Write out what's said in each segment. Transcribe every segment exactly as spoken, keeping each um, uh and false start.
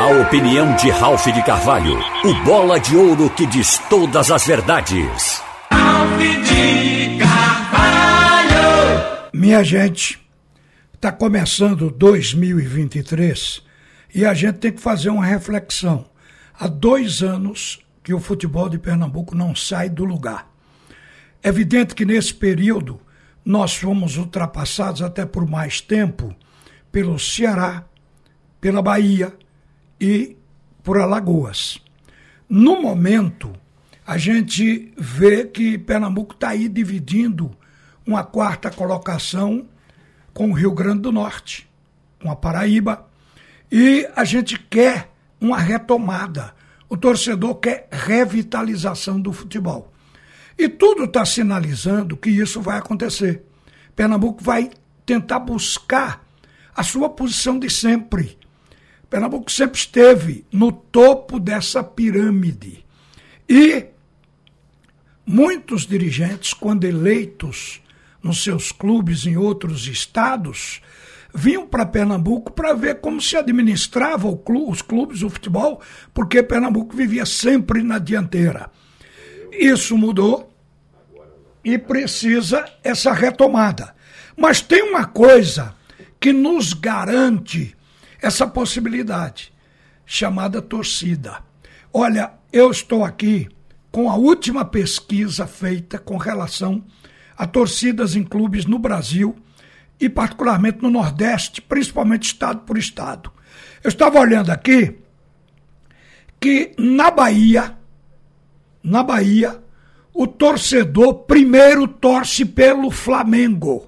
opinião de Ralph de Carvalho, o bola de ouro que diz todas as verdades. Ralph de Carvalho. Minha gente, está começando dois mil e vinte e três e a gente tem que fazer uma reflexão. Há dois anos que o futebol de Pernambuco não sai do lugar. É evidente que nesse período nós fomos ultrapassados até por mais tempo pelo Ceará, pela Bahia e por Alagoas. No momento, a gente vê que Pernambuco está aí dividindo uma quarta colocação com o Rio Grande do Norte, com a Paraíba, e a gente quer uma retomada. O torcedor quer revitalização do futebol. E tudo está sinalizando que isso vai acontecer. Pernambuco vai tentar buscar a sua posição de sempre. Pernambuco sempre esteve no topo dessa pirâmide. E muitos dirigentes, quando eleitos nos seus clubes em outros estados, vinham para Pernambuco para ver como se administrava o clube, os clubes, o futebol, porque Pernambuco vivia sempre na dianteira. Isso mudou e precisa essa retomada. Mas tem uma coisa que nos garante essa possibilidade, chamada torcida. Olha, eu estou aqui com a última pesquisa feita com relação a torcidas em clubes no Brasil e particularmente no Nordeste, principalmente estado por estado. Eu estava olhando aqui que na Bahia, na Bahia, o torcedor primeiro torce pelo Flamengo,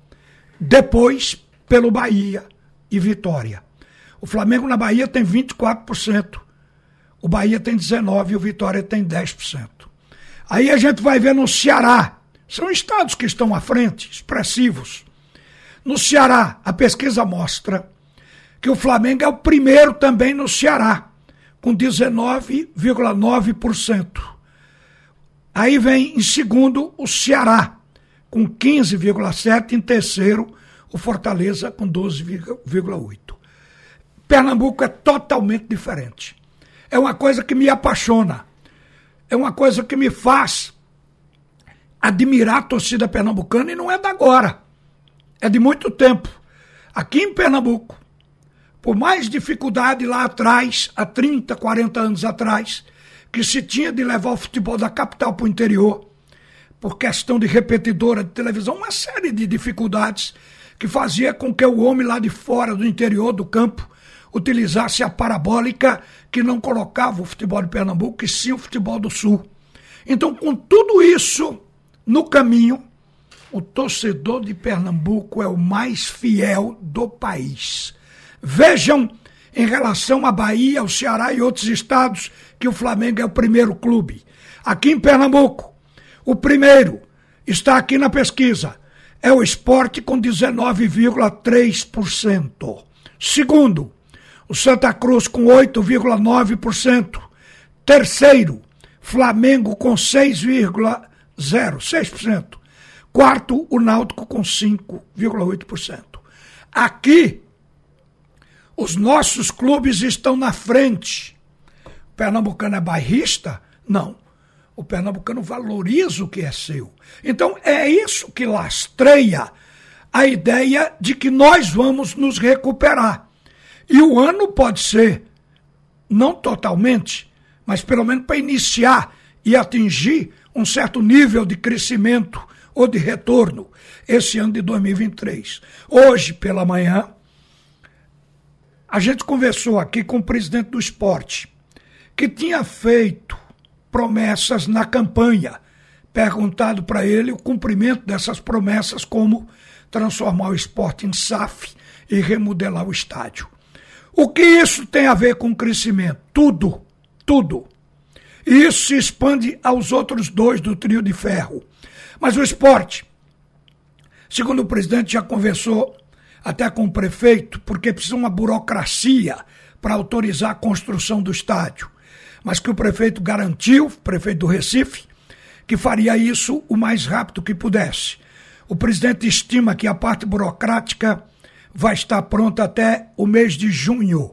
depois pelo Bahia e Vitória. O Flamengo na Bahia tem vinte e quatro por cento, o Bahia tem dezenove por cento e o Vitória tem dez por cento. Aí a gente vai ver no Ceará, são estados que estão à frente, expressivos. No Ceará, a pesquisa mostra que o Flamengo é o primeiro também no Ceará, com dezenove vírgula nove por cento. Aí vem em segundo o Ceará, com quinze vírgula sete por cento, em terceiro o Fortaleza, com doze vírgula oito por cento. Pernambuco é totalmente diferente. É uma coisa que me apaixona. É uma coisa que me faz admirar a torcida pernambucana, e não é da agora. É de muito tempo. Aqui em Pernambuco, por mais dificuldade lá atrás, há trinta, quarenta anos atrás, que se tinha de levar o futebol da capital para o interior, por questão de repetidora de televisão, uma série de dificuldades que fazia com que o homem lá de fora, do interior do campo, utilizasse a parabólica que não colocava o futebol de Pernambuco, e sim o futebol do Sul. Então, com tudo isso no caminho, o torcedor de Pernambuco é o mais fiel do país. Vejam, em relação à Bahia, ao Ceará e outros estados, que o Flamengo é o primeiro clube. Aqui em Pernambuco, o primeiro está aqui na pesquisa, é o Sport com dezenove vírgula três por cento. Segundo, o Santa Cruz com oito vírgula nove por cento. Terceiro, Flamengo com seis vírgula zero por cento. Quarto, o Náutico com cinco vírgula oito por cento. Aqui, os nossos clubes estão na frente. O pernambucano é bairrista? Não. O pernambucano valoriza o que é seu. Então, é isso que lastreia a ideia de que nós vamos nos recuperar. E o ano pode ser, não totalmente, mas pelo menos para iniciar e atingir um certo nível de crescimento ou de retorno, esse ano de dois mil e vinte e três. Hoje, pela manhã, a gente conversou aqui com o presidente do Sport, que tinha feito promessas na campanha, perguntado para ele o cumprimento dessas promessas, como transformar o Sport em S A F e remodelar o estádio. O que isso tem a ver com crescimento? Tudo, tudo. E isso se expande aos outros dois do trio de ferro. Mas o Sport, segundo o presidente, já conversou até com o prefeito, porque precisa uma burocracia para autorizar a construção do estádio. Mas que o prefeito garantiu, o prefeito do Recife, que faria isso o mais rápido que pudesse. O presidente estima que a parte burocrática vai estar pronta até o mês de junho.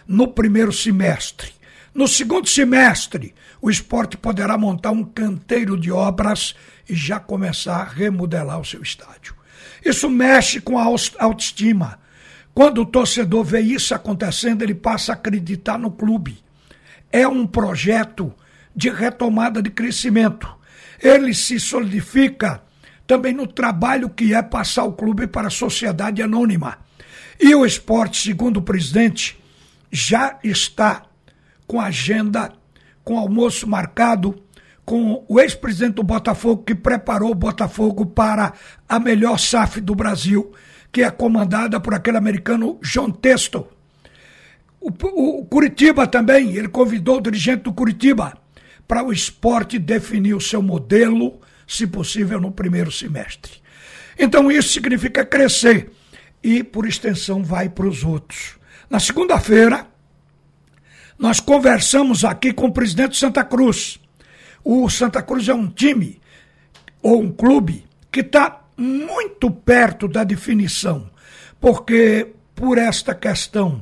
no primeiro semestre. No segundo semestre, o Sport poderá montar um canteiro de obras e já começar a remodelar o seu estádio. Isso mexe com a autoestima. Quando o torcedor vê isso acontecendo, ele passa a acreditar no clube. É um projeto de retomada de crescimento. Ele se solidifica também no trabalho que é passar o clube para a sociedade anônima. E o Sport, segundo o presidente, já está com agenda, com almoço marcado, com o ex-presidente do Botafogo, que preparou o Botafogo para a melhor S A F do Brasil, que é comandada por aquele americano John Testo. O, o, o Curitiba também, ele convidou o dirigente do Curitiba para o Sport definir o seu modelo, se possível, no primeiro semestre. Então isso significa crescer e, por extensão, vai para os outros. Na segunda-feira, nós conversamos aqui com o presidente do Santa Cruz. O Santa Cruz é um time, ou um clube, que está muito perto da definição, porque por esta questão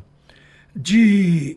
de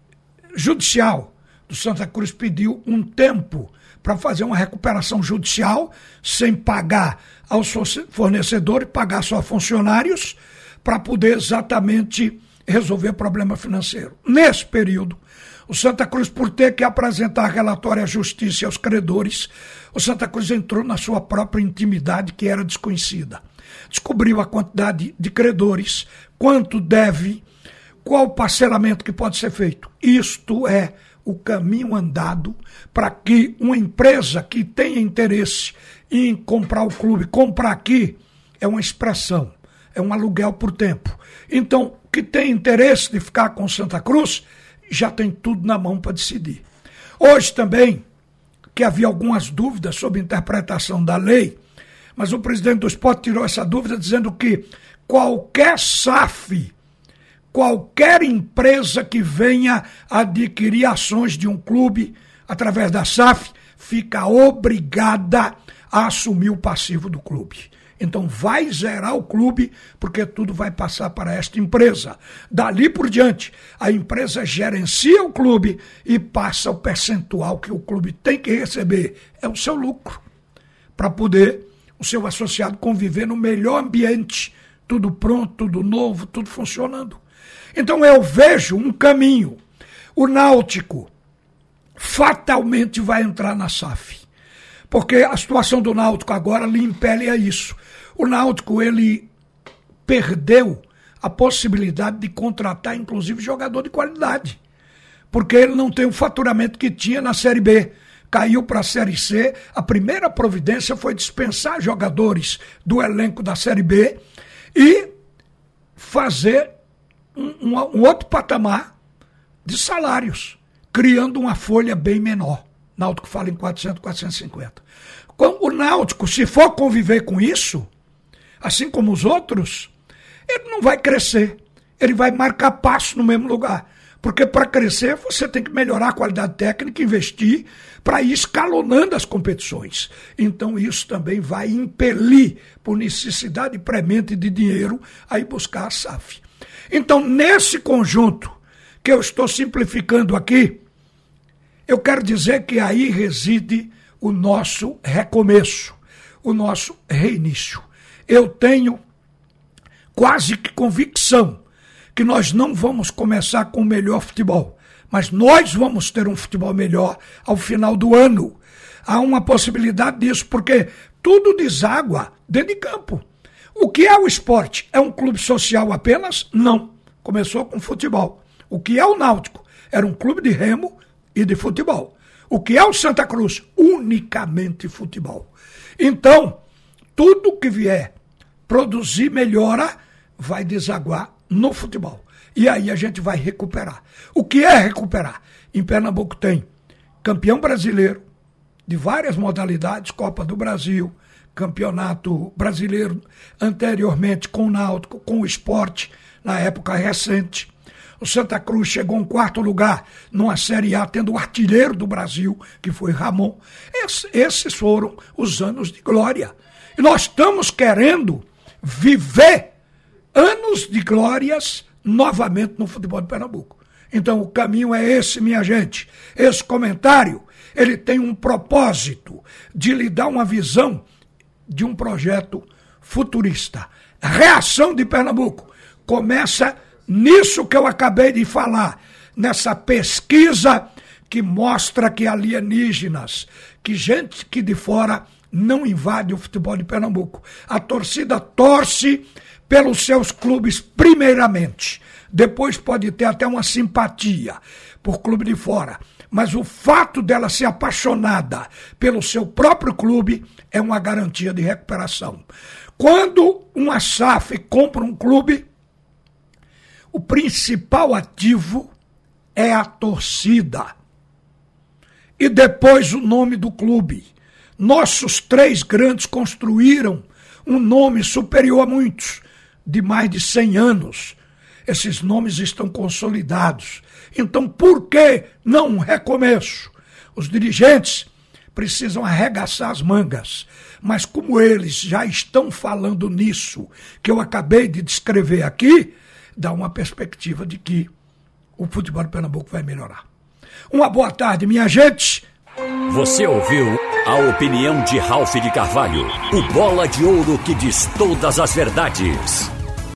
judicial, o Santa Cruz pediu um tempo para fazer uma recuperação judicial, sem pagar aos fornecedores, pagar só a funcionários, para poder exatamente resolver o problema financeiro. Nesse período, o Santa Cruz, por ter que apresentar relatório à justiça e aos credores, o Santa Cruz entrou na sua própria intimidade, que era desconhecida. Descobriu a quantidade de credores, quanto deve, qual o parcelamento que pode ser feito. Isto é o caminho andado para que uma empresa que tenha interesse em comprar o clube, comprar aqui, é uma expressão, é um aluguel por tempo. Então, que tem interesse de ficar com Santa Cruz, já tem tudo na mão para decidir. Hoje também, que havia algumas dúvidas sobre a interpretação da lei, mas o presidente do Sport tirou essa dúvida dizendo que qualquer S A F, qualquer empresa que venha adquirir ações de um clube através da S A F, fica obrigada a assumir o passivo do clube. Então vai zerar o clube, porque tudo vai passar para esta empresa. Dali por diante, a empresa gerencia o clube e passa o percentual que o clube tem que receber. É o seu lucro, para poder o seu associado conviver no melhor ambiente, tudo pronto, tudo novo, tudo funcionando. Então eu vejo um caminho. O Náutico fatalmente vai entrar na S A F, porque a situação do Náutico agora lhe impele a isso. O Náutico, ele perdeu a possibilidade de contratar, inclusive, jogador de qualidade, porque ele não tem o faturamento que tinha na Série B. Caiu para a Série C, a primeira providência foi dispensar jogadores do elenco da Série B e fazer um, um, um outro patamar de salários, criando uma folha bem menor. O Náutico fala em quatrocentos, quatrocentos e cinquenta. O Náutico, se for conviver com isso, assim como os outros, ele não vai crescer. Ele vai marcar passo no mesmo lugar. Porque para crescer, você tem que melhorar a qualidade técnica, investir para ir escalonando as competições. Então isso também vai impelir, por necessidade premente de dinheiro, a ir buscar a S A F. Então, nesse conjunto que eu estou simplificando aqui, eu quero dizer que aí reside o nosso recomeço, o nosso reinício. Eu tenho quase que convicção que nós não vamos começar com o melhor futebol, mas nós vamos ter um futebol melhor ao final do ano. Há uma possibilidade disso, porque tudo deságua dentro de campo. O que é o esporte? É um clube social apenas? Não. Começou com futebol. O que é o Náutico? Era um clube de remo e de futebol. O que é o Santa Cruz? Unicamente futebol. Então, tudo que vier produzir melhora vai desaguar no futebol. E aí a gente vai recuperar. O que é recuperar? Em Pernambuco tem campeão brasileiro de várias modalidades, Copa do Brasil, Campeonato Brasileiro anteriormente com o Náutico, com o Sport, na época recente. O Santa Cruz chegou em quarto lugar numa Série A, tendo o artilheiro do Brasil, que foi Ramon. Esse, esses foram os anos de glória. E nós estamos querendo viver anos de glórias novamente no futebol de Pernambuco. Então o caminho é esse, minha gente. Esse comentário, ele tem um propósito de lhe dar uma visão de um projeto futurista. Reação de Pernambuco começa nisso que eu acabei de falar, nessa pesquisa que mostra que alienígenas, que gente que de fora não invade o futebol de Pernambuco. A torcida torce pelos seus clubes primeiramente, depois pode ter até uma simpatia por clube de fora, mas o fato dela ser apaixonada pelo seu próprio clube é uma garantia de recuperação. Quando uma S A F compra um clube, o principal ativo é a torcida e depois o nome do clube. Nossos três grandes construíram um nome superior a muitos, de mais de cem anos. Esses nomes estão consolidados. Então, por que não um recomeço? Os dirigentes precisam arregaçar as mangas. Mas como eles já estão falando nisso, que eu acabei de descrever aqui, dá uma perspectiva de que o futebol de Pernambuco vai melhorar. Uma boa tarde, minha gente. Você ouviu a opinião de Ralph de Carvalho, o bola de ouro que diz todas as verdades.